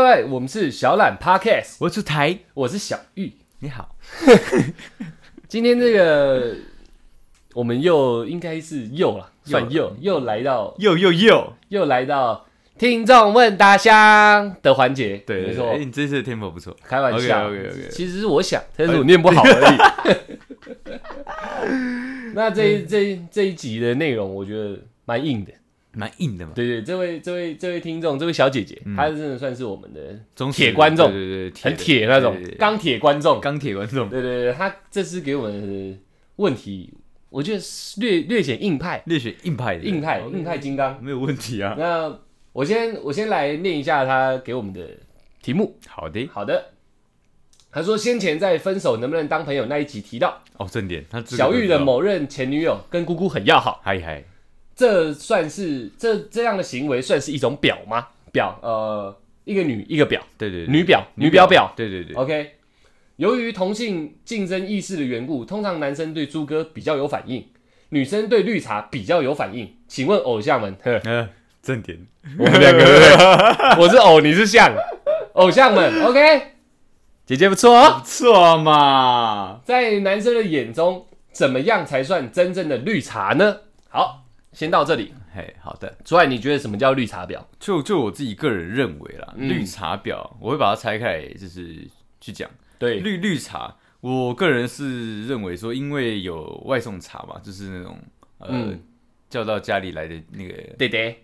喂，我们是小懒 Podcast， 我出台， 我是小玉， 你好。 今天这个我们应该是算又来到又来到听众问答箱的环节， 对， 没错。 你这次的 tempo 不错， 开玩笑 OK， 其实是我想，但是我念不好而已。那这一集的内容，我觉得蛮硬的。 蛮硬的嘛。 对，这位听众，这位小姐姐，她真的算是我们的铁观众， 对， 很铁那种钢铁观众，对，她这次给我们的问题，我觉得略显硬派， 硬派金刚， 没有问题啊。 那我先来念一下她给我们的题目。好的。她说先前在分手能不能当朋友那一集提到， 正点， 小玉的某任前女友跟姑姑很要好， 嗨。 这算是这样的行为算是一种表吗？一个女一个表， 对， 女表， 对。 OK， 由于同性竞争意识的缘故，通常男生对猪哥比较有反应，女生对绿茶比较有反应。请问偶像们， 正点， 我们两个对不对？我是偶，你是像，偶像们 OK， 姐姐不错哦， 不错嘛。 在男生的眼中，怎么样才算真正的绿茶呢？好。先到这里， 好的。 所以你觉得什么叫绿茶婊？ 就我自己个人认为啦，绿茶婊我会把它拆开来，就是去讲。对，绿茶，我个人是认为说，因为有外送茶嘛，就是那种叫到家里来的那个爹爹，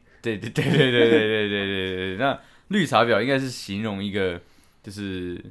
对。那绿茶婊应该是形容一个就是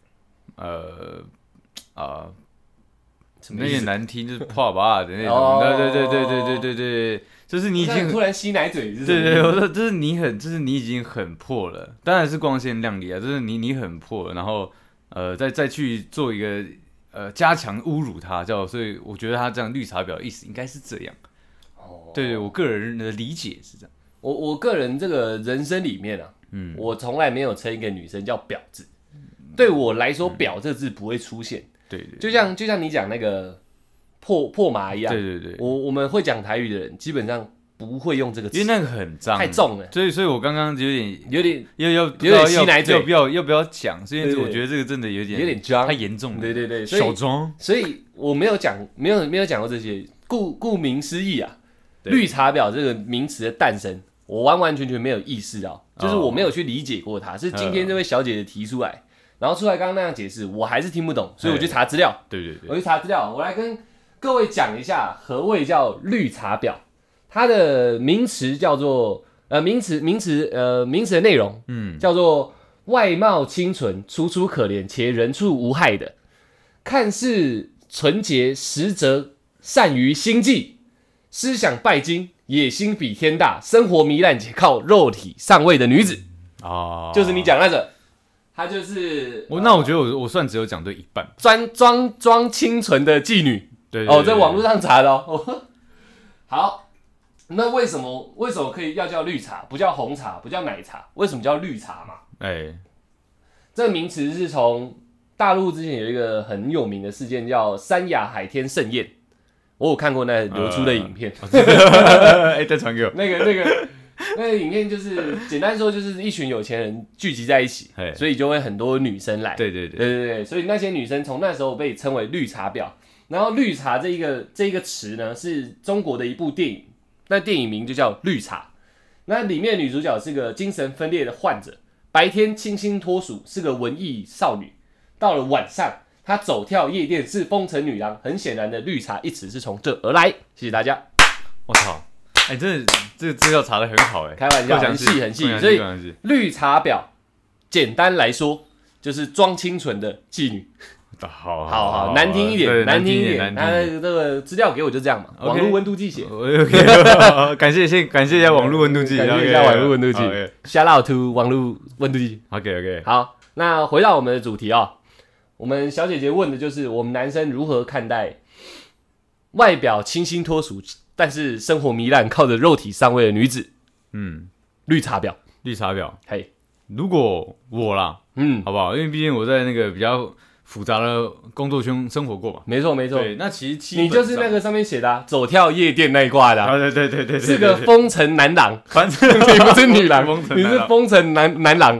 那些难听，就是破吧的那种，对，就是你已经突然吸奶嘴， 对，我说就是你已经很破了，当然是光鲜亮丽啊，就是你很破了，然后再去做一个加强侮辱他，所以我觉得他这样绿茶婊的意思应该是这样。对，我个人的理解是这样。 我个人这个人生里面啊，我从来没有称一个女生叫婊字，对我来说，婊这个字不会出现。对，就像你讲那个破麻一样，对，我们会讲台语的人基本上不会用这个词， 因为那个很脏， 太重了。 所以我刚刚有点要吸奶嘴， 要不要讲？所以我觉得这个真的有点脏， 太严重了。 对， 小装。 所以我没有讲过这些。顾名思义啊，绿茶婊这个名词的诞生，我完完全没有意识到，就是我没有去理解过它，是今天这位小姐姐提出来。然后出来刚刚那样解释，我还是听不懂，所以我去查资料。 对， 我去查资料，我来跟各位讲一下何谓叫绿茶婊。它的名词叫做名词的内容，叫做外貌清纯、楚楚可怜且人畜无害的，看似纯洁，实则善于心计，思想拜金，野心比天大，生活糜烂且靠肉体上位的女子。就是你讲那个。她就是那我觉得我算只有讲对一半， 装清纯的妓女。对，在网络上查的哦。好，那为什么可以要叫绿茶，不叫红茶，不叫奶茶？为什么叫绿茶嘛？这个名词是从大陆之前有一个很有名的事件叫三亚海天盛宴，我有看过那流出的影片。 再传给我。 那个影片就是简单说，就是一群有钱人聚集在一起，所以就会很多女生来。对，所以那些女生从那时候被称为绿茶婊。然后绿茶这一个词呢，是中国的一部电影，那电影名就叫《绿茶》。那里面的女主角是个精神分裂的患者，白天清新脱俗，是个文艺少女。到了晚上，她走跳夜店，是风尘女郎。很显然的，绿茶一词是从这而来。谢谢大家。 我操！真的，这个资料查得很好开玩笑，很细，所以绿茶婊，简单来说就是装清纯的妓女。好，难听一点。那这个资料给我就这样嘛，网络温度计写。 感谢一下网络温度计， 感谢一下网络温度计。Shout out to 网络温度计。 OK。 好，那回到我们的主题啊，我们小姐姐问的就是我们男生如何看待外表清新脱俗，但是生活糜烂，靠着肉体上位的女子。绿茶婊。嘿， 如果我啦，好不好？因为毕竟我在那个比较复杂的工作圈生活过嘛。 没错。 对，那其实你就是那个上面写的走跳夜店那一挂的。 对， 是个风尘男郎， 反正你不是女郎，你是风尘男郎。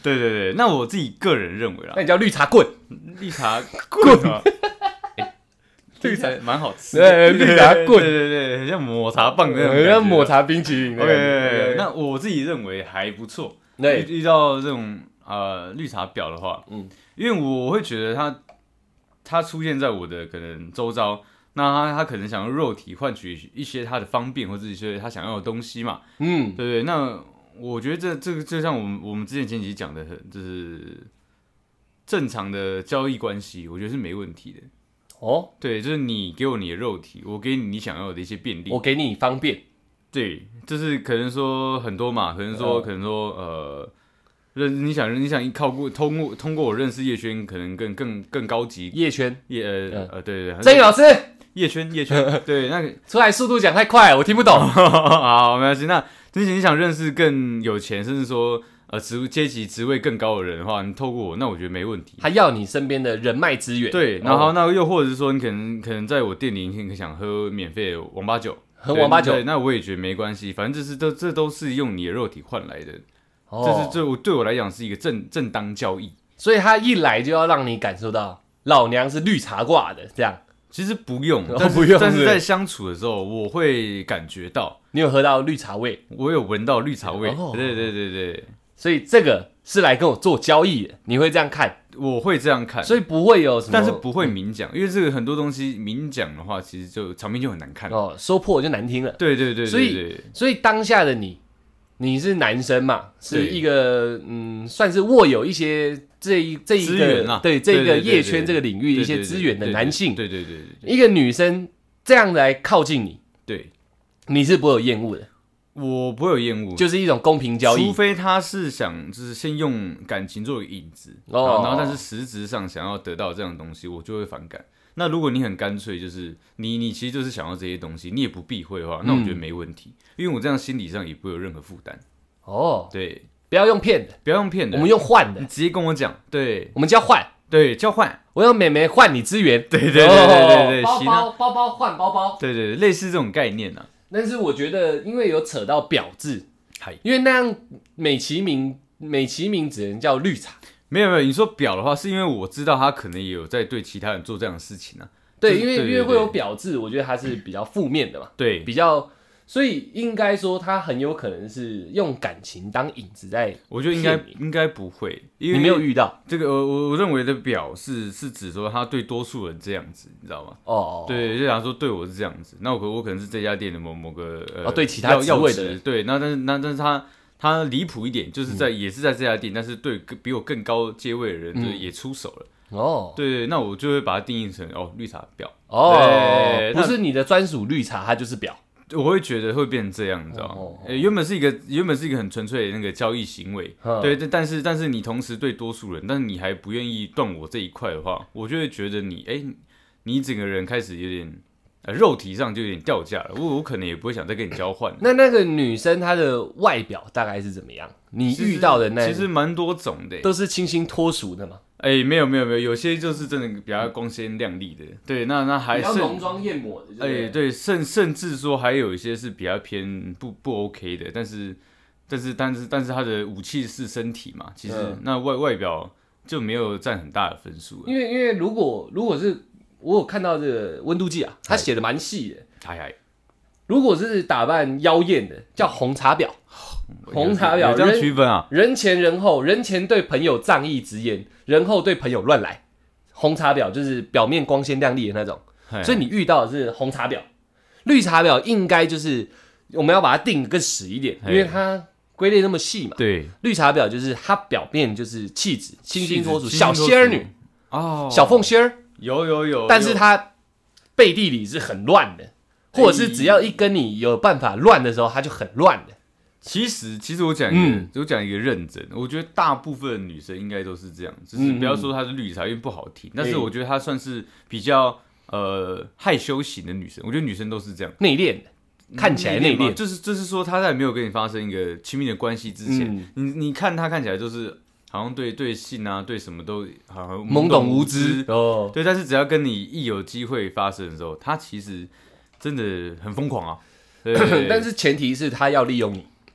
对对对，那我自己个人认为啦， 那你叫绿茶棍， 绿茶棍啊，绿茶蛮好吃， 对，绿茶棍， 对对对，很像抹茶棒那种感觉， 像抹茶冰淇淋。 对，那我自己认为还不错。遇到这种绿茶婊的话，因为我会觉得他出现在我的可能周遭，那他可能想用肉体换取一些他的方便或者一些他想要的东西嘛，对不对？那我觉得这个就像我们之前前几集讲的，就是正常的交易关系，我觉得是没问题的。哦，对，就是你给我你的肉体，我给你想要的一些便利， 我给你方便。 对，就是可能说很多嘛，可能说你想通过我认识叶轩，可能更高级。 叶轩， 对， 曾宇老师， 叶轩，对，那个出来速度讲太快，我听不懂。 好，没关系。那你想认识更有钱，甚至说阶级职位更高的人的话，你透过我，那我觉得没问题。 他要你身边的人脉资源。 对，然后那又或者是说，你可能在我店里，你想喝免费的王八酒。 喝王八酒， 那我也觉得没关系，反正这都是用你的肉体换来的，对我来讲是一个正当交易， 所以他一来就要让你感受到老娘是绿茶挂的这样。 其实不用，但是在相处的时候，我会感觉到你有喝到绿茶味， 我有闻到绿茶味，对， 所以这个是来跟我做交易的，你会这样看？ 我会这样看， 所以不会有什么， 但是不会明讲，因为这个很多东西明讲的话，其实就场面就很难看哦，说破就难听了。 对， 所以当下的你是男生嘛，是一个算是握有一些这一个对这个业圈这个领域一些资源的男性， 对， 一个女生这样来靠近你， 对， 你是不会有厌恶的。 我不会有厌恶， 就是一种公平交易， 除非他是想就是先用感情作为引子，然后但是实质上想要得到这样的东西，我就会反感。那如果你很干脆，就是你其实就是想要这些东西，你也不避讳的话，那我觉得没问题，因为我这样心理上也不会有任何负担。哦，对， 不要用骗的， 我们用换的， 你直接跟我讲，对， 我们交换， 对，交换， 我用妹妹换你资源， 对， 包包换包包， 对，类似这种概念啊。 但是我觉得，因为有扯到婊字，因为那样美其名只能叫绿茶。 没有，你说婊的话，是因为我知道他可能也有在对其他人做这样的事情啊。 对，因为会有婊字，我觉得它是比较负面的嘛。 对， 比较，所以应该说他很有可能是用感情当引子在。 我觉得应该不会，因为你没有遇到这个。我认为的婊是指说他对多数人这样子，你知道吗？哦，对，就想说对我是这样子，那我可能是这家店的某个对其他职位的人，对，但是他离谱一点，就是也是在这家店，但是对比我更高阶位的人，就也出手了。哦，对，那我就会把它定义成绿茶婊。哦， 不是你的专属绿茶，它就是婊。 我会觉得会变成这样，你知道吗？原本是一个很纯粹的那个交易行为，对，但是你同时对多数人，但是你还不愿意断我这一块的话，我就会觉得你整个人开始有点肉体上就有点掉价了，我可能也不会想再跟你交换。 那个女生她的外表大概是怎么样？你遇到的其实蛮多种的， 都是清新脱俗的嘛。 没有，有些就是真的比较光鲜亮丽的，对，那还是比较浓妆艳抹的， 对，甚至说还有一些是比较偏不 OK 的，但是他的武器是身体嘛，其实那外表就没有占很大的分数。 因为如果是我有看到这个温度计啊，他写的蛮细的，如果是打扮妖艳的，叫红茶婊。红茶婊这样区分啊， 人前人后，人前对朋友仗义直言，人后对朋友乱来。红茶婊就是表面光鲜亮丽的那种，所以你遇到的是红茶婊。绿茶婊应该就是我们要把它定得更死一点，因为它归类那么细嘛。 对， 绿茶婊就是它表面就是气质清新脱俗，小仙儿女哦，小凤仙儿有， 但是她背地里是很乱的，或者是只要一跟你有办法乱的时候，她就很乱的。 其实我讲一个认真，我觉得大部分的女生应该都是这样，只是不要说她是绿茶，因为不好听。但是我觉得她算是比较害羞型的女生，我觉得女生都是这样， 内敛的，看起来内敛， 就是说她在没有跟你发生一个亲密的关系之前，你看她看起来就是好像对性啊对什么都好像懵懂无知哦，对，但是只要跟你一有机会发生的时候，她其实真的很疯狂啊。 但是前提是她要利用你。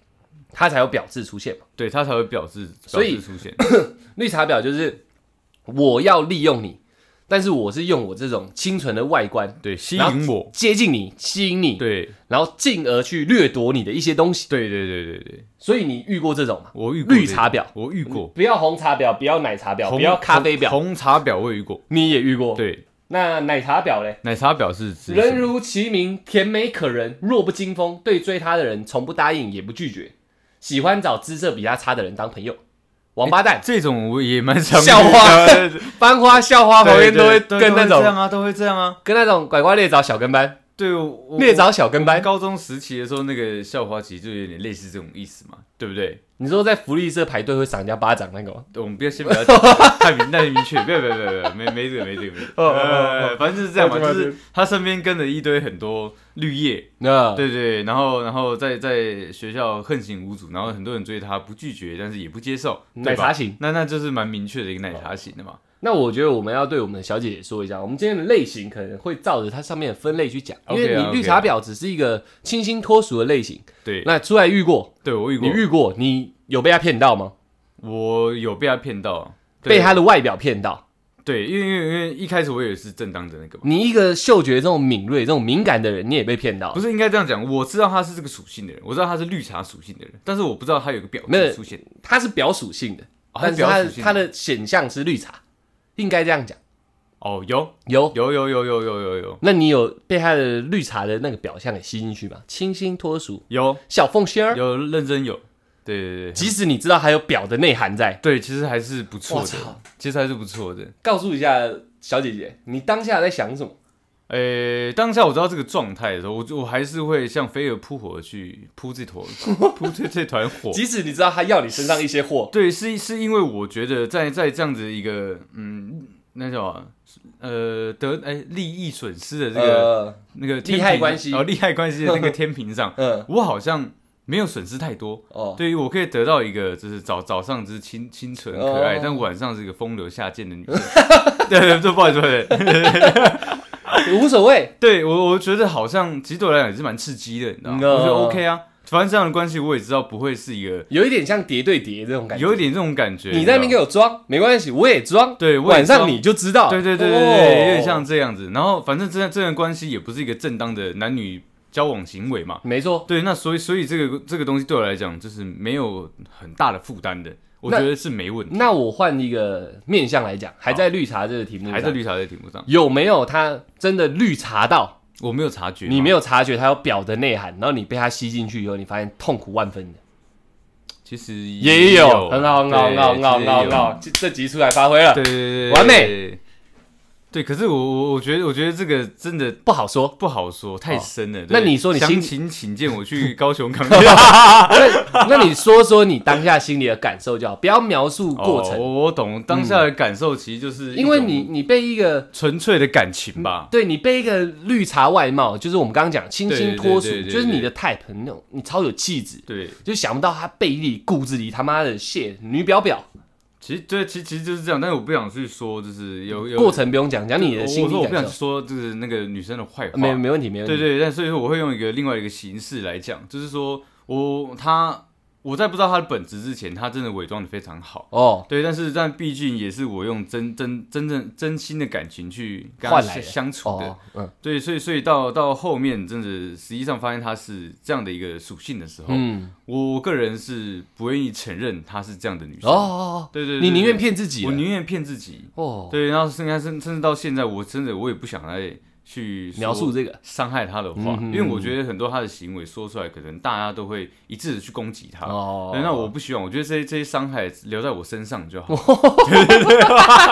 它才有婊字出现嘛。 对，它才会婊字出现。 绿茶婊就是我要利用你，但是我是用我这种清纯的外观， 对，吸引我， 接近你，吸引你， 对， 然后进而去掠夺你的一些东西。 对。 所以你遇过这种吗？ 我遇过绿茶婊， 我遇过。 不要红茶婊，不要奶茶婊，不要咖啡婊。 红茶婊我也遇过， 你也遇过。 对， 那奶茶婊嘞？ 奶茶婊是指人如其名，甜美可人，弱不禁风，对追她的人从不答应也不拒绝，喜欢找姿色比她差的人当朋友。王八蛋， 这种我也蛮常校花、班花、校花旁边都会跟那种都会这样啊， 跟那种拐瓜裂枣小跟班。 对， 猎枣小跟班。 高中时期的时候，那个校花其实就有点类似这种意思嘛，对不对？ 你说在福利社排队会赏人家巴掌那个吗？ 我们不要太明确，不要，没这个，反正就是这样嘛，就是他身边跟着一堆很多绿叶，对，然后在学校横行无阻，然后很多人追他，不拒绝，但是也不接受， 奶茶型， 那就是蛮明确的一个奶茶型的嘛。 那我觉得我们要对我们的小姐姐说一下，我们今天的类型可能会照着它上面的分类去讲，因为你绿茶婊只是一个清新脱俗的类型。 对， 那出来遇过？ 对，我遇过。 你遇过？你有被他骗到吗？ 我有被他骗到， 被他的外表骗到。 对，因为一开始我也是正当的那个嘛。 你一个嗅觉这种敏锐、这种敏感的人，你也被骗到？ 不是应该这样讲？我知道他是这个属性的人，我知道他是绿茶属性的人，但是我不知道他有个婊字出现。 他是婊属性的，但是他的显象是绿茶。应该这样讲哦，有。 那你有被他的绿茶的那个表象给吸进去吗？清新脱俗， 有小凤仙儿， 有认真有，对。 即使你知道还有表的内涵在， 对，其实还是不错的，其实还是不错的。 告诉一下小姐姐，你当下在想什么？ 当下我知道这个状态的时候，我还是会像飞蛾扑火的去扑这团火， 即使你知道他要你身上一些货。 对，是因为我觉得在这样子一个那叫利益损失的这个那个利害关系利害关系的那个天平上，我好像没有损失太多。对于我可以得到一个就是早上就是清纯可爱，但晚上是一个风流下贱的女生。对，不好意思， 无所谓。 对，我觉得好像其实对我来讲也是蛮刺激的，你知道吗？我觉得 OK 啊，反正这样的关系我也知道不会是一个有一点像叠对叠这种感觉， 有一点这种感觉。 你在那边给我装没关系，我也装， 对， 晚上你就知道。 对，有点像这样子。然后反正这段关系也不是一个正当的男女交往行为嘛， 没错。 对，那所以这个东西对我来讲就是没有很大的负担的。我觉得是没问题。 那我换一个面向来讲，还在绿茶这个题目上，有没有他真的绿茶到？ 我没有察觉， 你没有察觉他有表的内涵，然后你被他吸进去以后，你发现痛苦万分的。 其实也有，很好，这集出来发挥了， 对， 完美。 对，可是我觉得这个真的不好说， 太深了。 那你说你详情请见我去高雄港。 那你说你当下心里的感受就好，不要描述过程。 我懂当下的感受，其实就是因为你被一个纯粹的感情吧。 对，你被一个绿茶外貌，就是我们刚刚讲清新脱俗，就是你的 type 那种，你超有气质。 对， 就想不到他背地里骨子里他妈的shit女婊。 其实就是这样，但是我不想去说，就是有过程不用讲你的心理感受。 我不想说就是那个女生的坏话， 没问题。 对，但所以说我会用另外一个形式来讲，就是说我在不知道他的本质之前，他真的伪装的非常好对，但毕竟也是我用真心的感情去跟他相处的，对，所以到后面真的实际上发现他是这样的一个属性的时候，我个人是不愿意承认他是这样的女生对， 你宁愿骗自己， 我宁愿骗自己对，然后甚至到现在，我也不想来去描述这个伤害他的话，因为我觉得很多他的行为说出来，可能大家都会一致的去攻击他。那我不希望，我觉得这些伤害留在我身上就好。对，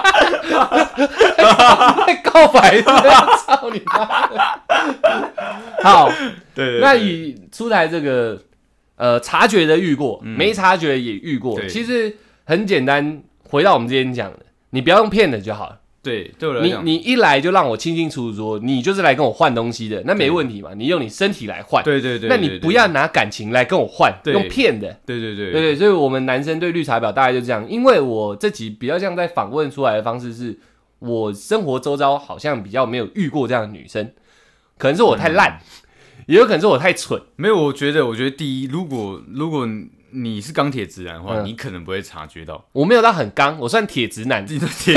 告白操你妈！好， 对， 那以出台这个察觉的遇过，没察觉也遇过，其实很简单。回到我们之前讲的，你不要用骗的就好了。 对我来讲， 你一来就让我清清楚楚说，你就是来跟我换东西的，那没问题嘛？你用你身体来换， 对， 那你不要拿感情来跟我换，用骗的， 对， 所以我们男生对绿茶婊大概就这样。因为我这集比较像在访问出来的方式是，我生活周遭好像比较没有遇过这样的女生，可能是我太烂，也有可能是我太蠢。 没有，我觉得第一，如果你是钢铁直男的话，你可能不会察觉到。 我没有到很刚，我算铁直男。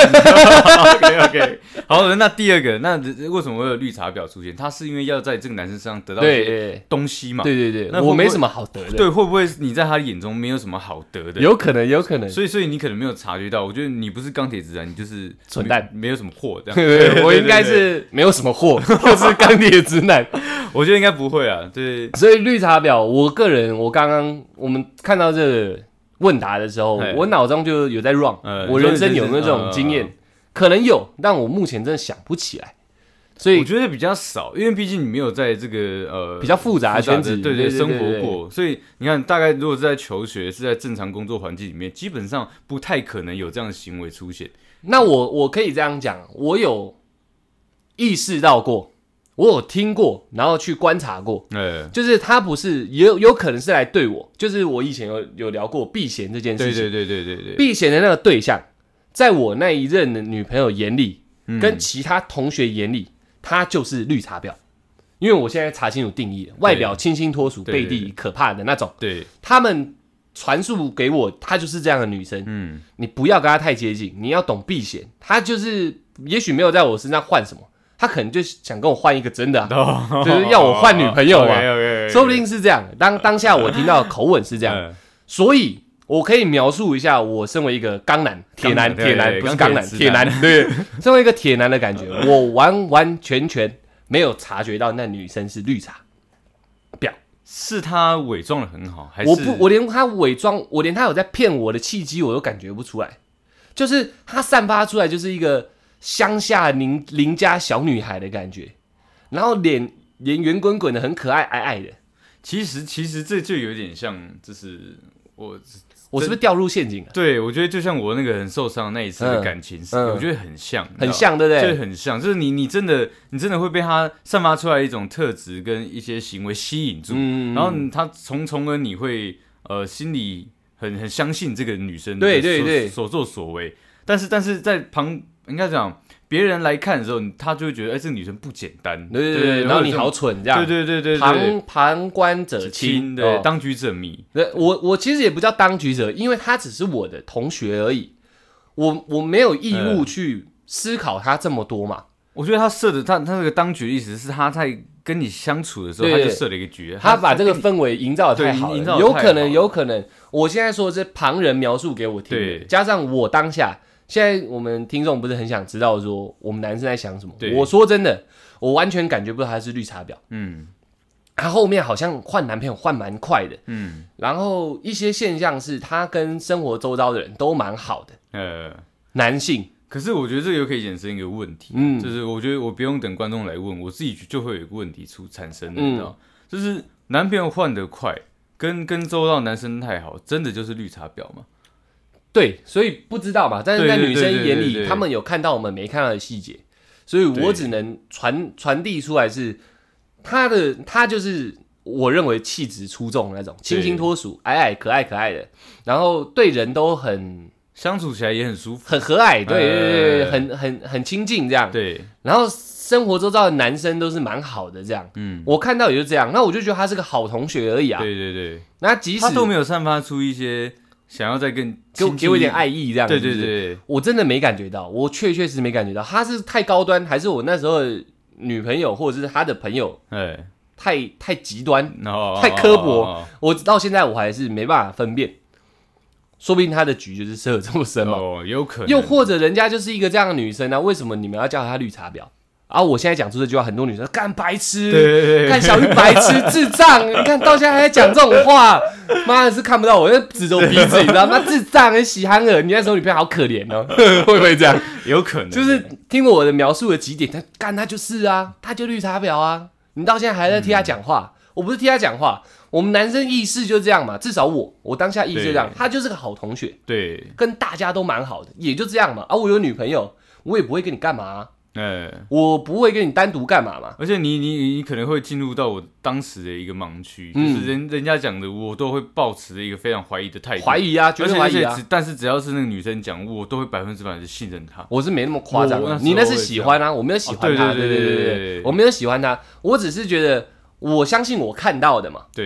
OK， 好，那第二个，那为什么会有绿茶婊出现？他是因为要在这个男生身上得到一些东西嘛？ 对，我没什么好得的。 对，会不会你在他眼中没有什么好得的？ 有可能。 所以你可能没有察觉到。我觉得你不是钢铁直男，你就是蠢蛋， 没有什么货这样。 对，我应该是没有什么货，就是钢铁直男。 我觉得应该不会啊。对， 所以绿茶婊，我刚刚我们看到这个问答的时候，我脑中就有在 run，我人生有没有这种经验？可能有，但我目前真的想不起来。所以我觉得比较少，因为毕竟你没有在这个比较复杂的圈子对生活过，所以你看，大概如果是在求学，是在正常工作环境里面，基本上不太可能有这样的行为出现。 那我可以这样讲，我有意识到过。我有听过，然后去观察过，就是他不是有可能是来对我，就是我以前有聊过避嫌这件事情， 对， 避嫌的那个对象，在我那一任的女朋友眼里，跟其他同学眼里，他就是绿茶婊，因为我现在查清楚定义了，外表清新脱俗、背地可怕的那种， 对， 他们传述给我，她就是这样的女生，你不要跟她太接近，你要懂避嫌，她就是也许没有在我身上换什么。他可能就想跟我换一个真的、就是要我换女朋友嘛，说不定是这样。当下我听到的口吻是这样，所以我可以描述一下我身为一个钢男、铁男不是钢男，铁男，对，身为一个铁男的感觉，我完完全全没有察觉到那女生是绿茶婊， 是他伪装的很好，还是我连他伪装，我连他有在骗我的契机我都感觉不出来，就是他散发出来就是一个。乡下邻家小女孩的感觉，然后脸圆滚滚的，很可爱，矮矮的。 其实这就有点像，就是我是不是掉入陷阱了？ 对，我觉得就像我那个很受伤那一次的感情史，我觉得很像， 很像，对不对？ 对，很像，就是你真的会被他散发出来一种特质跟一些行为吸引住，然后他从而你会心里很相信这个女生的所作所为，但是在应该讲，别人来看的时候，他就会觉得，这个女生不简单， 对，然后你好蠢这样， 对， 旁观者清， 对，当局者迷。 对，我其实也不叫当局者，因为他只是我的同学而已，我没有义务去思考他这么多嘛。 我觉得他设的他这个当局的意思是他在跟你相处的时候，他就设了一个局， 他把这个氛围营造的太好了，有可能，我现在说的是旁人描述给我听的，加上我当下。现在我们听众不是很想知道说我们男生在想什么？我说真的，我完全感觉不到他是绿茶婊。他后面好像换男朋友换蛮快的。然后一些现象是他跟生活周遭的人都蛮好的。男性。 可是我觉得这个又可以衍生一个问题，就是我觉得我不用等观众来问，我自己就会有一个问题产生了，你知道，就是男朋友换得快，跟周遭男生太好，真的就是绿茶婊吗？ 对，所以不知道嘛，但是在女生眼里，他们有看到我们没看到的细节，所以我只能传递出来是他就是我认为气质出众的那种，清新脱俗，矮矮可爱的，然后对人都很相处起来也很舒服， 很和蔼，对，很亲近这样， 对， 然后生活周遭的男生都是蛮好的这样，我看到也就这样，那我就觉得他是个好同学而已啊， 对， 那即使他都没有散发出一些。想要再给我一点爱意，这样子， 对， 我真的没感觉到，我确实没感觉到，他是太高端，还是我那时候的女朋友或者是他的朋友，太极端，太刻薄，我到现在我还是没办法分辨，说不定他的局就是设得这么深嘛， 有可能， 又或者人家就是一个这样的女生啊，为什么你们要叫她绿茶婊？然后我现在讲出这句话，很多女生干白痴，干小玉白痴，智障，你看到现在还在讲这种话，妈的是看不到我，那指着我鼻子，你知道吗？智障，喜憨儿，你那时候女朋友好可怜哦，会不会这样？ 有可能， 就是听我的描述的几点，他就是啊，他就绿茶婊啊，你到现在还在替他讲话，我不是替他讲话，我们男生意识就这样嘛，至少我当下意识就这样，他就是个好同学， 对， 跟大家都蛮好的，也就这样嘛，我有女朋友，我也不会跟你干嘛啊。我不会跟你单独干嘛嘛， 而且你可能会进入到我当时的一个盲区，就是人家讲的，我都会抱持的一个非常怀疑的态度， 怀疑啊，绝对怀疑啊。 但是只要是那个女生讲，我都会100%的信任她。 我是没那么夸张，你那是喜欢啊，我没有喜欢她，对，我没有喜欢她，我只是觉得我相信我看到的嘛， 对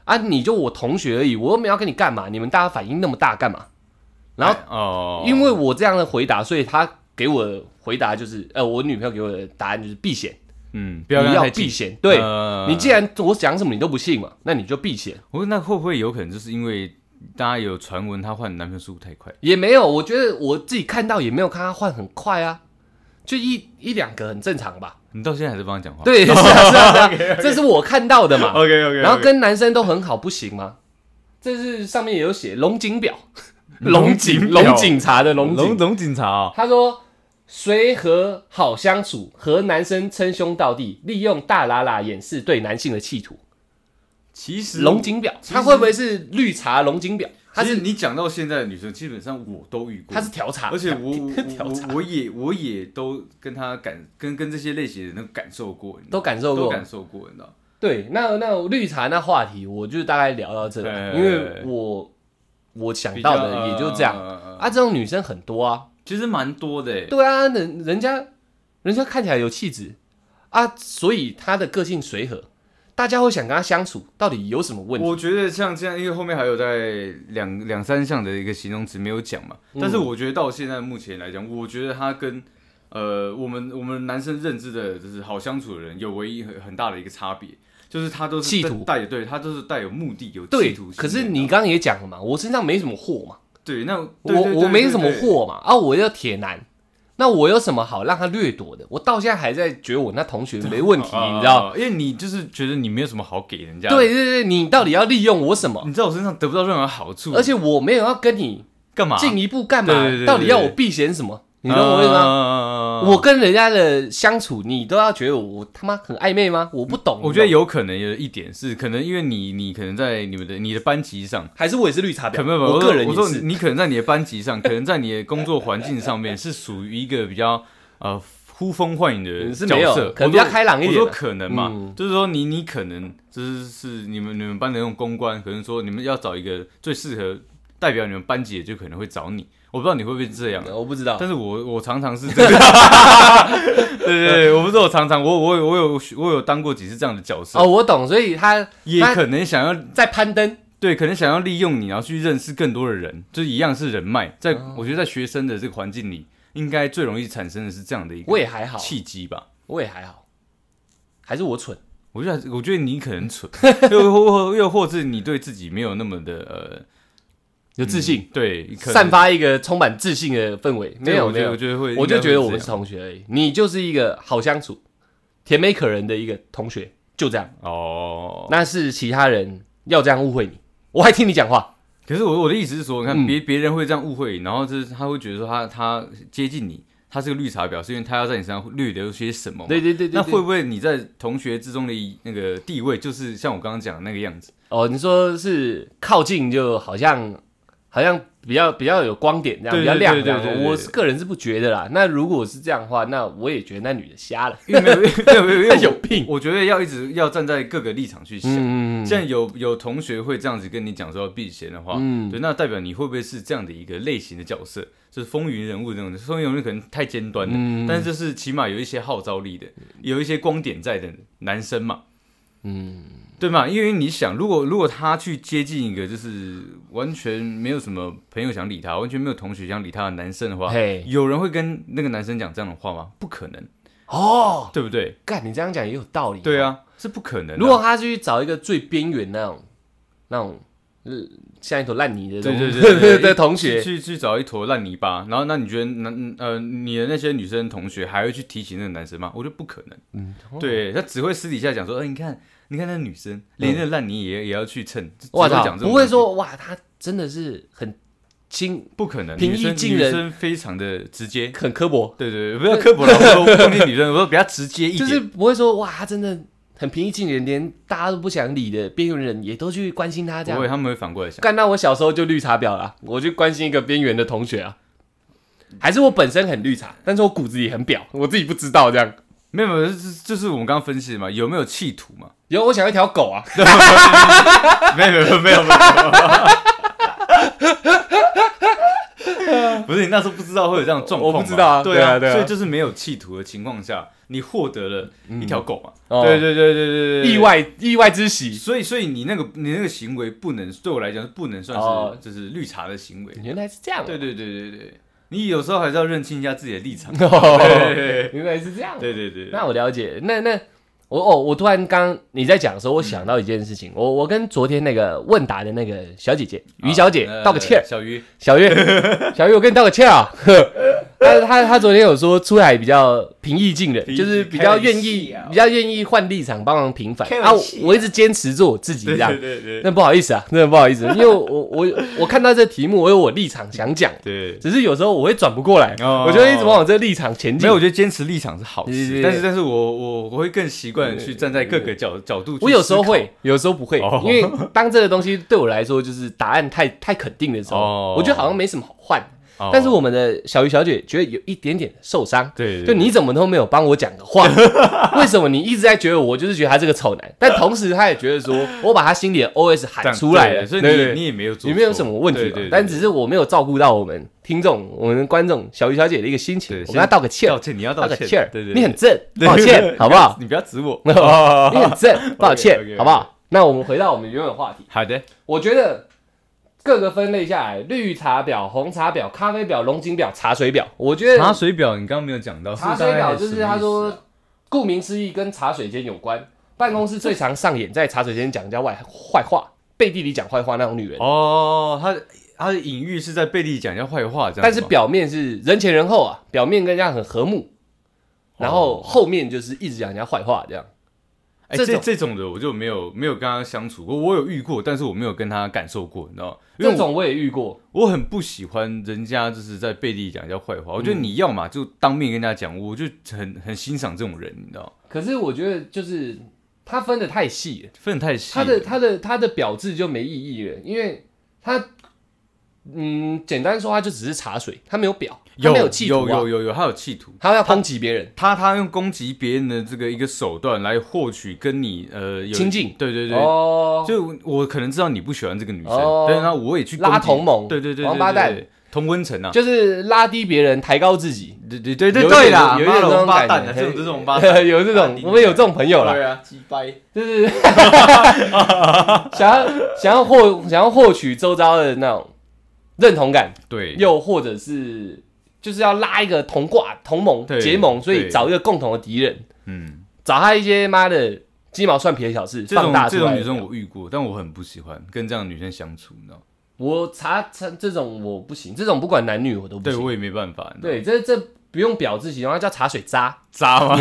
啊，你就我同学而已，我又没有要跟你干嘛，你们大家反应那么大干嘛？然后因为我这样的回答，所以他给我的回答就是，我女朋友给我的答案就是避嫌。 不要避嫌。对，你既然我讲什么你都不信嘛，那你就避嫌。 我说那会不会有可能就是因为大家有传闻他换男朋友速度太快？ 也没有，我觉得我自己看到也没有看他换很快啊，就一两个很正常吧。 你到现在还是帮他讲话？ 对，是啊，这是我看到的嘛。 OK。 然后跟男生都很好，不行吗？这是上面也有写龙井表，龙警察的龙警察哦。 他说随和好相处，和男生称兄道弟，利用大喇喇掩饰对男性的企图。 其实龙井表，他会不会是绿茶龙井表？ 其实你讲到现在的女生，基本上我都遇过。 他是调查， 而且我也都跟他跟这些类型的人感受过， 都感受过， 你知道？ 对，那绿茶那话题，我就大概聊到这，因为我想到的也就这样啊。这种女生很多啊， 其实蛮多的耶。 对啊，人家看起来有气质啊，所以她的个性随和，大家会想跟她相处，到底有什么问题？ 我觉得像这样，因为后面还有在两三项的一个形容词没有讲嘛，但是我觉得到现在目前来讲，我觉得她跟我们男生认知的就是好相处的人有唯一很大的一个差别。就是他都是企图他都是带有目的、有企图。 可是你刚刚也讲了嘛，我身上没什么货嘛。 对，那我没什么货嘛，我要铁男，那我有什么好让他掠夺的？我到现在还在觉得我那同学没问题，你知道？ 因为你就是觉得你没有什么好给人家。 对，你到底要利用我什么？ 你在我身上得不到任何好处， 而且我没有要跟你干嘛进一步干嘛？ 对， 到底要我避嫌什么？你懂我意思吗？我跟人家的相处，你都要觉得我他妈很暧昧吗？我不懂。 我觉得有可能有一点是，可能因为你可能在你的班级上， 还是我也是绿茶婊。 我个人也是。 我说你可能在你的班级上，可能在你的工作环境上面是属于一个比较呼风唤雨的角色， 可能比较开朗一点。 我说可能嘛，就是说你可能就是你们班的那种公关，可能说你们要找一个最适合代表你们班级的，就可能会找你。我不知道你会不会这样， 我不知道， 但是我常常是这样。对，我不是我常常我有当过几次这样的角色。 我懂，所以他也可能想要在攀登， 对，可能想要利用你，然后去认识更多的人，就一样是人脉。我觉得在学生的这个环境里，应该最容易产生的是这样的一个契机吧。 我也还好，还是我蠢。 我觉得你可能蠢，又或者你对自己没有那么的有自信， 对， 散发一个充满自信的氛围。没有， 我就觉得我们是同学而已。你就是一个好相处、甜美可人的一个同学，就这样。那是其他人要这样误会你，我还听你讲话。 可是我的意思是说，你看别人会这样误会你，然后就是他会觉得说他接近你，他是个绿茶婊，是因为他要在你身上掠夺些什么？ 对。 那会不会你在同学之中的那个地位，就是像我刚刚讲的那个样子？ 你说是靠近就好像比较有光点这样，比较亮这样。我个人是不觉得啦。那如果是这样的话，那我也觉得那女的瞎了， 因为她有病。 我觉得一直要站在各个立场去想。像有同学会这样子跟你讲说要避嫌的话，对，那代表你会不会是这样的一个类型的角色？就是风云人物那种，风云人物可能太尖端了，但是就是起码有一些号召力的，有一些光点在的男生嘛。对嘛？因为你想，如果他去接近一个就是完全没有什么朋友想理他，完全没有同学想理他的男生的话，有人会跟那个男生讲这样的话吗？不可能对不对？ 干，你这样讲也有道理。 对啊，是不可能。 如果他去找一个最边缘那种像一坨烂泥的对的同学去找一坨烂泥巴，然后那你觉得你的那些女生同学还会去提醒那个男生吗？我觉得不可能。对，他只会私底下讲说，你看那女生连那烂泥也要去蹭， 哇操，不会说哇，她真的是很不可能， 平易近人， 女生非常的直接， 很刻薄。 对，不要刻薄了，我攻击女生，我说比较直接一点， 就是不会说哇，她真的很平易近人，连大家都不想理的边缘人也都去关心她这样。 不会，他们会反过来想。 干到我小时候就绿茶婊啦，我去关心一个边缘的同学啊，还是我本身很绿茶，但是我骨子里很婊，我自己不知道这样。 没有，就是我们刚刚分析的嘛，有没有企图嘛？ 有，我想要一条狗啊！ 没有。 不是你那时候不知道会有这样的状况吗？ 我不知道啊， 对啊，所以就是没有企图的情况下，你获得了一条狗嘛。对， 意外之喜。 所以你那个行为不能对我来讲是不能算是就是绿茶的行为。 原来是这样。 对，你有时候还是要认清一下自己的立场。 原来是这样。 对， 那我了解。那我突然刚你在讲的时候，我想到一件事情，我跟昨天那个问答的那个小姐姐于小姐道个歉。小鱼，我跟你道个歉啊。他昨天有说出海比较平易近人，就是比较愿意换立场帮忙平反啊。我一直坚持做我自己这样。对，那不好意思啊，真的不好意思，因为我看到这题目，我有我立场想讲，对，只是有时候我会转不过来，我就一直往我这个立场前进。 没有，我觉得坚持立场是好事，但是我会更习惯去站在各个角度去思考。 我有时候会，有时候不会，因为当这个东西对我来说就是答案太肯定的时候，我觉得好像没什么好换。但是我们的小鱼小姐觉得有一点点受伤，对，就你怎么都没有帮我讲个话，为什么你一直在觉得我就是觉得他这个丑男？但同时他也觉得说我把他心里的 OS 喊出来了， 所以你也没有做， 你没有什么问题，但只是我没有照顾到我们听众、我们观众小鱼小姐的一个心情，我跟他道个歉， 你要道个歉， 你很正，抱歉，好不好？ 你不要指我， 你很正，抱歉，好不好？那我们回到我们原本话题， 好的， 我觉得。各个分类下来，绿茶婊、红茶婊、咖啡婊、龙井婊、茶水婊，我觉得茶水婊你刚刚没有讲到。 茶水婊就是他说，顾名思义跟茶水间有关。办公室最常上演在茶水间讲人家坏话，背地里讲坏话那种女人。 哦，他的隐喻是在背地里讲人家坏话，这样。 但是表面是人前人后啊，表面跟人家很和睦，然后后面就是一直讲人家坏话这样。 这种的我就没有跟他相处过，我有遇过，但是我没有跟他感受过，你知道吗？ 这种我也遇过， 我很不喜欢人家就是在背地里讲人家坏话。我觉得你要嘛就当面跟人家讲，我就很欣赏这种人，你知道吗？ 可是我觉得就是他分得太细了，他的表字就没意义了，因为他简单说，他就只是茶水，他没有表，他没有企图、啊， 有，他有企图， 他要攻击别人， 他用攻击别人的这个一个手段来获取跟你亲近， 对， 哦， 就我可能知道你不喜欢这个女生，但是呢我也去拉同盟， 对， 王八蛋， 同温层啊， 就是拉低别人，抬高自己， 对啦， 有一点这种感觉， 这种王八蛋， 有这种，我们有这种朋友啦， 对啊，鸡掰， 就是想要获取周遭的那种。认同感，对，又或者是就是要拉一个同盟结盟，所以找一个共同的敌人，找他一些妈的鸡毛蒜皮的小事放大出来。 这种女生我遇过，但我很不喜欢跟这样的女生相处，你知道吗？ 我查这种我不行，这种不管男女我都不行， 对我也没办法。 对，这不用表字形容，它叫茶水渣吗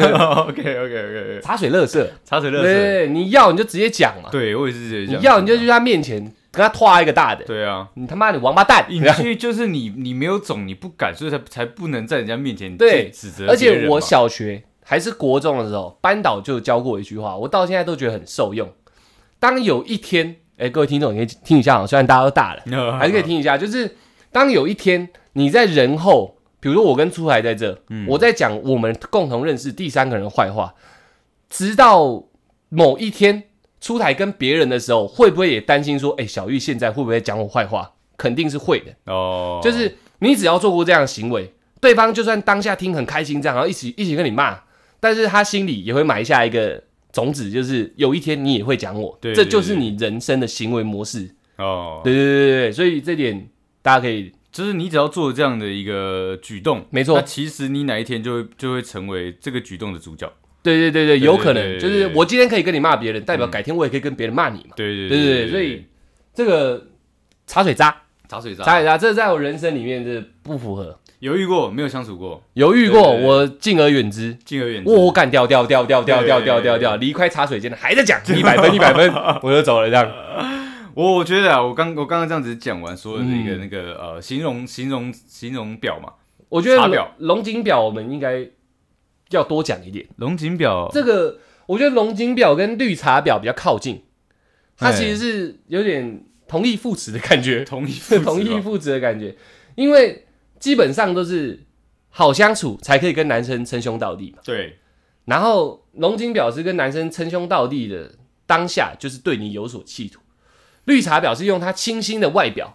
？OK， 茶水垃圾，对，你要你就直接讲嘛。 对我也是直接讲， 你要你就去他面前。跟他拖一个大的， 对啊， 你他妈你王八蛋！ 隐喻就是你没有种，你不敢，所以才不能在人家面前指责。 而且我小学还是国中的时候，班导就教过一句话，我到现在都觉得很受用。当有一天，各位听众，你可以听一下啊，虽然大家都大了，还是可以听一下。就是当有一天你在人后，比如说我跟出海在这，我在讲我们共同认识第三个人的坏话，直到某一天。出台跟别人的时候，会不会也担心说，小玉现在会不会讲我坏话？肯定是会的哦。就是你只要做过这样的行为，对方就算当下听很开心这样，然后一起跟你骂，但是他心里也会埋下一个种子，就是有一天你也会讲我，对，这就是你人生的行为模式哦。对，所以这点大家可以， 就是你只要做这样的一个举动， 没错， 那其实你哪一天就会成为这个举动的主角。 对，有可能就是我今天可以跟你骂别人，代表改天我也可以跟别人骂你嘛。对，所以这个茶水渣，这在我人生里面是不符合。 有遇过没有相处过？ 有遇过，我敬而远之。我干掉，离开茶水间的还在讲100分，我就走了这样。 我觉得啊，我刚刚这样子讲完所有的一个那个形容表嘛， 我觉得龙井表我们应该。要多讲一点， 龙井表这个，我觉得龙井表跟绿茶婊比较靠近，它其实是有点同义副词的感觉，同义副词的感觉，因为基本上都是好相处才可以跟男生称兄道弟嘛。 对， 然后龙井婊是跟男生称兄道弟的当下，就是对你有所企图；绿茶婊是用他清新的外表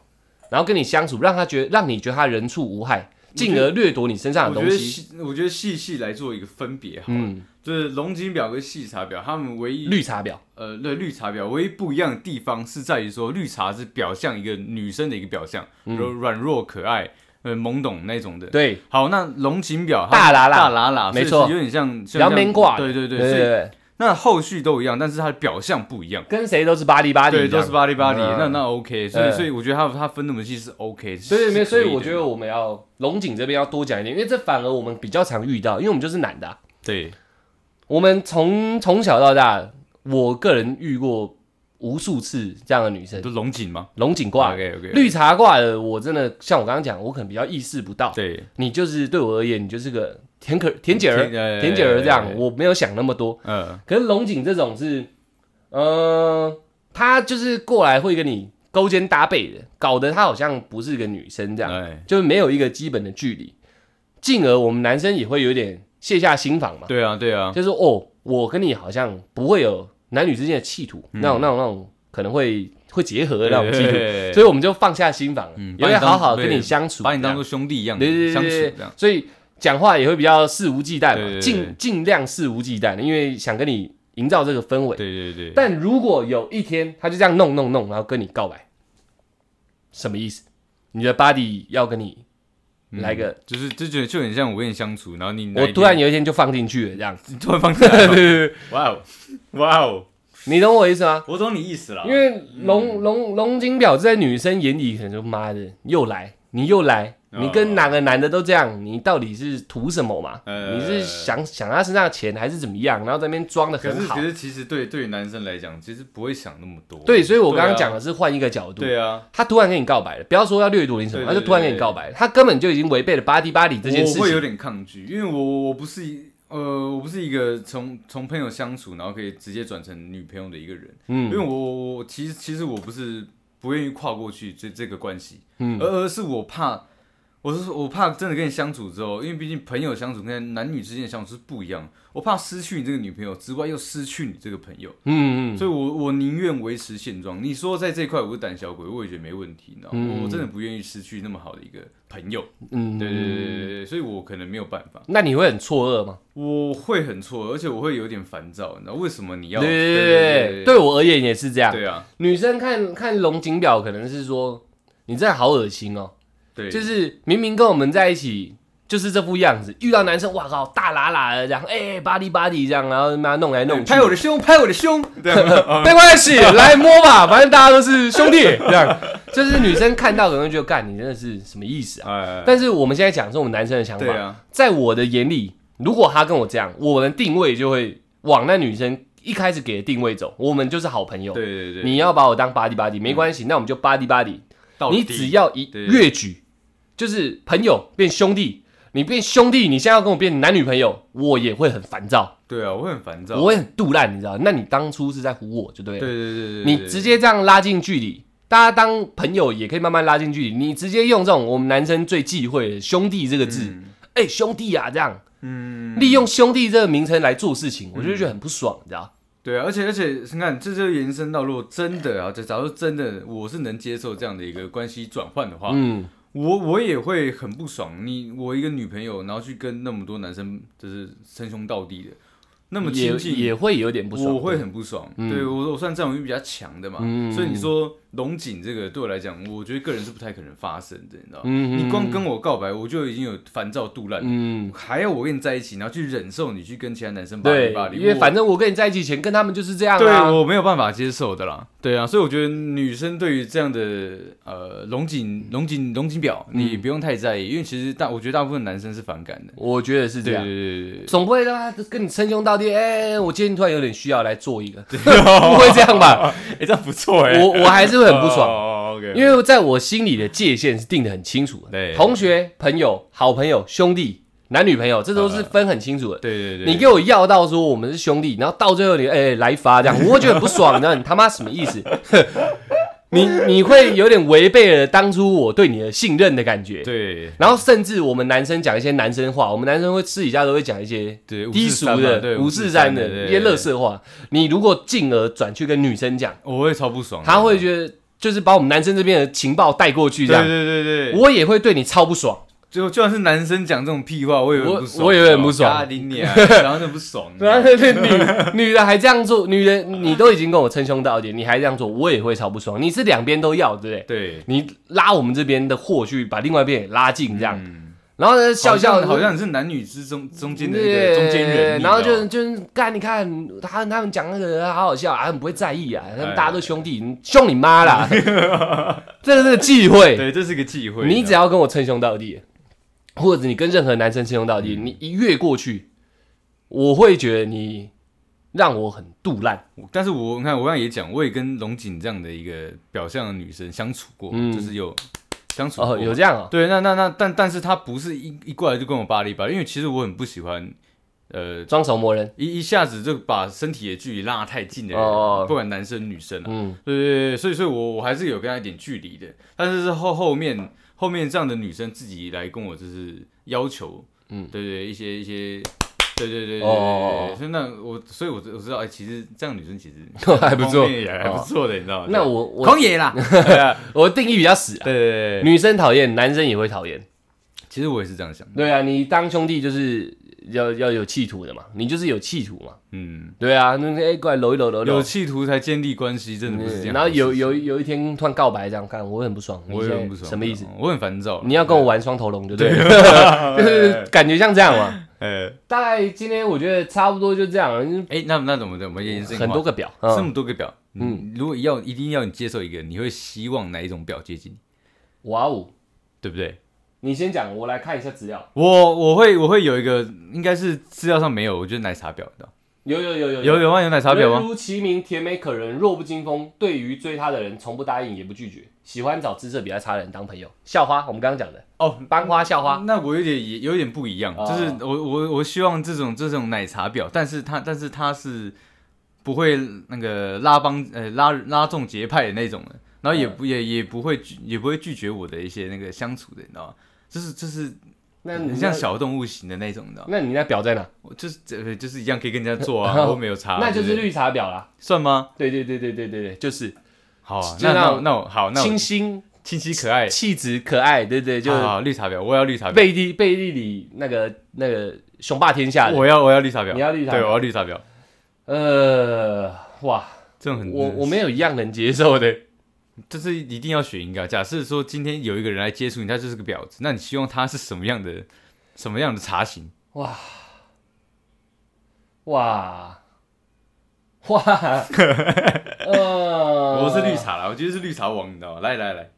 然后跟你相处，让你觉得他人畜无害，进而掠夺你身上的东西。 我觉得细来做一个分别好了，就是龙井表跟细茶婊，他们唯一绿茶婊， 对，绿茶婊唯一不一样的地方是在于说，绿茶是表象一个女生的一个表象，软弱可爱。懵懂那种的， 对， 好，那龙井表大喇喇，没错， 有点像阳明挂， 对，所以那后续都一样，但是它的表象不一样， 跟谁都是巴黎， 对，都是巴黎，那 OK，所以我觉得它分那么细是 OK， 所以我觉得我们要龙井这边要多讲一点，因为这反而我们比较常遇到，因为我们就是男的， 对， 我们从小到大，我个人遇过无数次这样的女生， 都龙井吗？ 龙井挂， okay. 绿茶挂的，我真的像我刚刚讲，我可能比较意识不到。 对， 你就是对我而言，你就是个甜姐儿这样，我没有想那么多。可是龙井这种是，他就是过来会跟你勾肩搭背的，搞得他好像不是个女生这样，就是没有一个基本的距离，进而我们男生也会有点卸下心防嘛。 对啊， 就是我跟你好像不会有男女之间的企图，那种可能会结合的那种企图，所以我们就放下心防，也会好好跟你相处， 把你当做兄弟一样相处，这样， 所以讲话也会比较肆无忌惮嘛，尽量肆无忌惮，因为想跟你营造这个氛围。 对。 但如果有一天他就这样弄，然后跟你告白，什么意思？你的 buddy 要跟你来个， 就很像我跟你相处，然后我突然有一天就放进去了，这样， 你突然放进去，对，哇哦，你懂我意思吗？ 我懂你意思了， 因为龙井表在女生眼里可能就妈的你又来，你跟哪个男的都这样，你到底是图什么嘛？你是想他身上的钱还是怎么样？然后在那边装的很好。 可是其实对于男生来讲，其实不会想那么多。 对，所以我刚刚讲的是换一个角度。 对啊， 他突然跟你告白了，不要说要掠夺你什么，他就突然跟你告白了，他根本就已经违背了巴蒂这件事情。 我会有点抗拒，因为我不是一个从朋友相处，然后可以直接转成女朋友的一个人。因为我其实我不是不愿意跨过去这个关系，而是我怕真的跟你相处之后，因为毕竟朋友相处跟男女之间的相处是不一样，我怕失去你这个女朋友之外，又失去你这个朋友，所以我宁愿维持现状。你说在这一块我是胆小鬼，我也觉得没问题，我真的不愿意失去那么好的一个朋友，对，所以我可能没有办法。 那你会很错愕吗？ 我会很错愕，而且我会有点烦躁，你知道为什么你要？ 对我而言也是这样。 对啊， 女生看龙井表可能是说你真的好恶心哦。对，就是明明跟我们在一起就是这副样子，遇到男生哇靠大喇喇的这样，巴蒂这样，然后他弄来弄去， 拍我的胸，这样没关系，来摸吧，反正大家都是兄弟，这样就是女生看到可能会觉得干你真的是什么意思啊？但是我们现在讲是我们男生的想法，在我的眼里，如果他跟我这样，我们定位就会往那女生一开始给的定位走，我们就是好朋友， 对， 你要把我当巴蒂没关系，那我们就巴蒂，你只要一越举。就是朋友变兄弟，你变兄弟，你现在要跟我变男女朋友，我也会很烦躁。 对啊，我会很烦躁， 我会很肚烂，你知道？那你当初是在唬我就对了。 对， 你直接这样拉近距离，大家当朋友也可以慢慢拉近距离。你直接用这种我们男生最忌讳的兄弟这个字，兄弟啊，这样，利用兄弟这个名称来做事情，我就觉得很不爽，你知道？ 对啊，而且你看，这就延伸到，如果真的啊，假如真的我是能接受这样的一个关系转换的话，我也会很不爽。我一个女朋友，然后去跟那么多男生就是称兄道弟的，那么亲近也会有点不爽， 我会很不爽。对我算占有欲比较强的嘛，所以你说龙井这个对我来讲，我觉得个人是不太可能发生的，你知道？你光跟我告白，我就已经有烦躁肚烂，还要我跟你在一起，然后去忍受你去跟其他男生巴黎， 因为反正我跟你在一起前跟他们就是这样啊， 对我没有办法接受的啦。对啊，所以我觉得女生对于这样的龙井表，你不用太在意，因为其实我觉得大部分男生是反感的。 我觉得是这样， 对， 总不会让他跟你称兄道弟。我今天突然有点需要来做一个，不会这样吧？ 这样不错我还是会很不爽，因为在我心里的界限是定得很清楚的。同学、朋友、好朋友、兄弟、男女朋友，这都是分很清楚的。 对， 你给我要到说我们是兄弟，然后到最后你来一发这样，我会觉得很不爽，你知道你他妈什么意思？你会有点违背了当初我对你的信任的感觉。 对， 然后甚至我们男生讲一些男生话，我们男生会私底下都会讲一些低俗的543的一些垃圾话。你如果进而转去跟女生讲， 我会超不爽。 他会觉得就是把我们男生这边的情报带过去，这样， 对， 我也会对你超不爽。 就算是男生讲这种屁话，我也会不爽， 我也会很不爽， 然后就不爽。 然后女的还这样做，女的你都已经跟我称兄道弟，你还这样做，我也会超不爽。你是两边都要，对不对？ 对， 你拉我们这边的货去，把另外一边也拉近，这样。然后呢，笑笑， 好像你是男女之中间的一个中间人。 然后就是干，你看他们讲那个好好笑啊，他们不会在意啊，他们大家都兄弟，凶你妈啦！这是个忌讳， 对，这是个忌讳。 你只要跟我称兄道弟。或者你跟任何男生称兄道弟，你一越过去，我会觉得你让我很肚烂。 但是我刚才也讲，我也跟龙井这样的一个表象的女生相处过，就是有相处过， 有这样啊？ 对，但是她不是一过来就跟我巴黎，因为其实我很不喜欢装熟磨人，一下子就把身体的距离拉太近的人，不管男生女生啊，对，所以我还是有跟她一点距离的，但是后面这样的女生自己来跟我就是要求，对，一些，对，所以我知道，其实这样的女生其实还不错， 还不错的，你知道吗？ 那我狂野啦， 我定义比较死， 对， 女生讨厌，男生也会讨厌。 其实我也是这样想。 对啊，你当兄弟就是要有企图的嘛，你就是有企图嘛。对啊，那过来搂一搂， 有企图才建立关系，真的不是这样。 然后有一天突然告白这样看，我很不爽。 我也很不爽， 什么意思？ 我很烦躁。 你要跟我玩双头龙，对不对？就是感觉像这样嘛。大概今天我觉得差不多就这样。 那怎么延伸？ 很多个表， 这么多个表。如果一定要你接受一个，你会希望哪一种表接近你？ 哇哦， 对不对？ 你先讲，我来看一下资料。 我会有一个，应该是资料上没有，我觉得奶茶表的。有吗？有奶茶表吗？ 人如其名，甜美可人，弱不禁风。对于追她的人，从不答应，也不拒绝。喜欢找姿色比较差的人当朋友。校花，我们刚刚讲的班花校花。 那我有点不一样，就是我希望这种奶茶表，但是它是不会那个拉中节派的那种的，然后也不会拒绝我的一些那个相处的，你知道吗？就是那很像小动物型的那种，你知道吗？ 那你那表在哪？ 就是一样可以跟人家做啊，我没有差。 那就是绿茶婊啦， 算吗？ 对，就是。 好啊，那清新可爱， 气质可爱，对，就绿茶婊，我要绿茶婊。 背地里那个雄霸天下的， 我要绿茶婊， 你要绿茶婊， 对，我要绿茶婊。 哇， 这种很我没有一样能接受的。 这是一定要选一个。假设说今天有一个人来接触你，他就是个婊子，那你希望他是什么样的茶型？哇，我是绿茶啦，我觉得是绿茶王，你知道吗？来，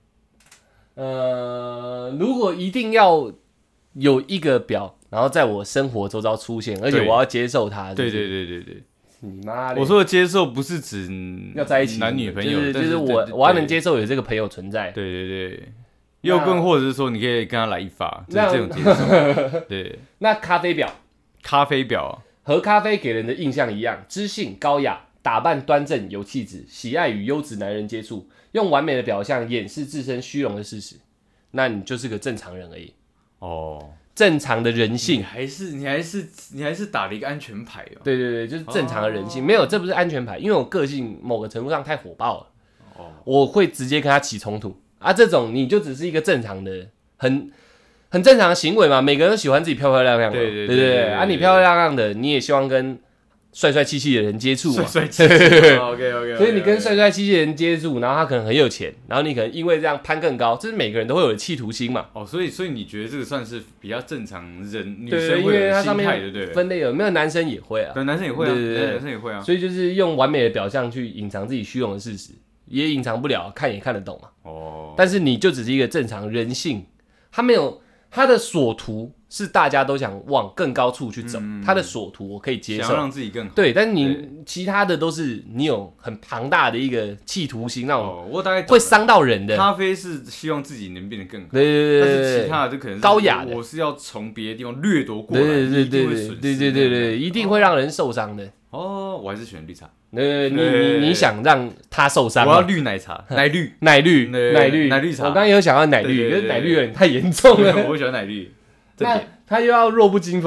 如果一定要有一个婊，然后在我生活周遭出现，而且我要接受他， 对。 你妈的！ 我说的接受不是指要在一起男女朋友， 就是我要能接受有这个朋友存在。 对，又更或者是说你可以跟他来一发，就是这种接受。对， 那咖啡婊啊， 和咖啡给人的印象一样，知性高雅，打扮端正有气质，喜爱与优质男人接触，用完美的表象掩饰自身虚荣的事实。那你就是个正常人而已。正常的人性， 你还是打了一个安全牌哦。 对，就是正常的人性，没有，这不是安全牌，因为我个性某个程度上太火爆了，我会直接跟他起冲突啊。这种你就只是一个正常的、很正常的行为嘛，每个人都喜欢自己漂漂亮亮嘛，对啊，你漂漂亮亮的，你也希望跟帅帅气气的人接触嘛， 帅气，OK， 所以你跟帅帅气气的人接触，然后他可能很有钱，然后你可能因为这样攀更高，这是每个人都会有的企图心嘛。 所以你觉得这个算是比较正常人女生会有的心态，对不对？ 分类有没有男生也会啊？ 对，男生也会啊，对，男生也会啊。 所以就是用完美的表象去隐藏自己虚荣的事实，也隐藏不了，看也看得懂嘛。但是你就只是一个正常人性，他没有他的所图。是大家都想往更高处去走，他的所图我可以接受， 想让自己更好。 对，但是你其他的都是你有很庞大的一个企图心，那种我大概会伤到人的。 咖啡是希望自己能变得更好， 对， 但是其他的就可能是高雅的， 我是要从别的地方掠夺过来， 对，一定会让人受伤的。 我还是选绿茶。 你想让他受伤？ 我要绿奶茶，奶绿茶。 我刚刚有想要奶绿，可是奶绿有点太严重了。 我喜欢奶绿。 那他又要弱不禁风，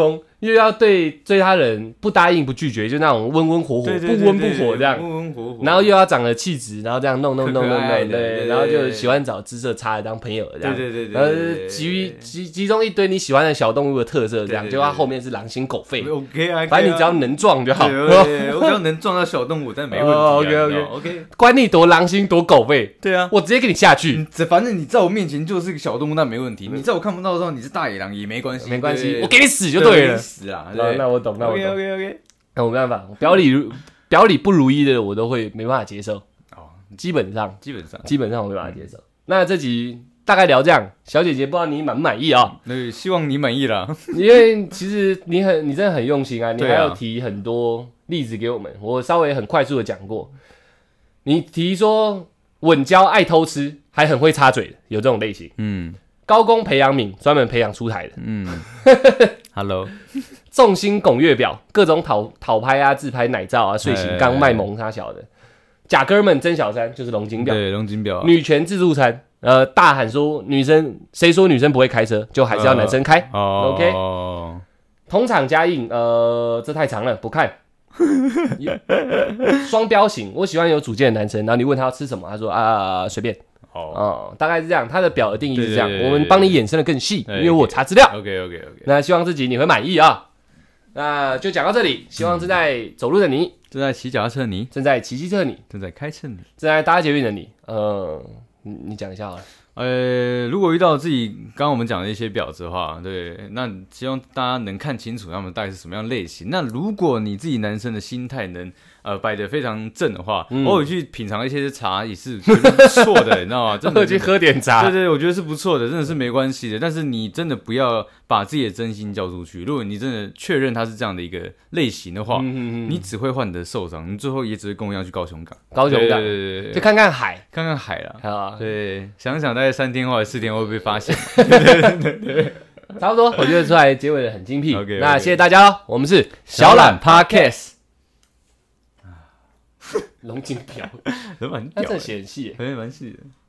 又要对追他人不答应不拒绝，就那种温温火火，不温不火这样， 温温火火， 然后又要长得气质，然后这样弄，对，然后就喜欢找姿色差的当朋友这样，对，然后集中一堆你喜欢的小动物的特色这样，就它后面是狼心狗肺 ，OK 啊， 反正你只要能撞就好， 我只要能撞到小动物，但没问题 ，OK， 管你多狼心多狗肺， 对啊， 我直接给你下去， 反正你在我面前就是个小动物，那没问题，你在我看不到的时候你是大野狼也没关系， 我给你死就对了， 死啊， 那我懂 ，OK， 那我没办法，表里不如意的我都会没办法接受，基本上我没办法接受。那这集大概聊这样，小姐姐不知道你满不满意啊？ 对，希望你满意啦。 因为其实你真的很用心啊，你还有提很多例子给我们，我稍微很快速的讲过。你提说稳交爱偷吃，还很会插嘴的，有这种类型。高工培养皿，专门培养出台的。 Hello， 众星拱月表，各种讨拍啊、自拍奶照啊、睡醒刚卖萌他小的。假哥们真小三就是龙井表， 对，龙井表。 女权自助餐，大喊说谁说女生不会开车，就还是要男生开。OK， 同场加映，这太长了，不看。双标型，我喜欢有主见的男生，然后你问他要吃什么，他说随便。大概是这样，他的表的定义是这样，我们帮你衍生的更细，因为我查资料。 OK， 那希望自己你会满意啊。那就讲到这里，希望正在走路的你， 正在骑脚踏车的你， 正在骑机车的你， 正在开车的你， 正在搭捷运的你，你讲一下好了。 如果遇到自己刚刚我们讲的一些婊子的话，对，那希望大家能看清楚他们大概是什么样类型。那如果你自己男生的心态能摆得非常正的话，偶尔去品尝一些茶也是不错的，你知道吗？真的去喝点茶， 对，我觉得是不错的，真的是没关系的。但是你真的不要把自己的真心交出去。如果你真的确认他是这样的一个类型的话，你只会换得受伤，你最后也只会跟我一样去高雄港，对， 就看看海啦，对，想想大概3天或者4天会被发现， 对，差不多，我觉得出来结尾的很精辟。那谢谢大家，我们是小懒 Podcast。龙井表， 蛮屌， 这写很细， 蛮细的。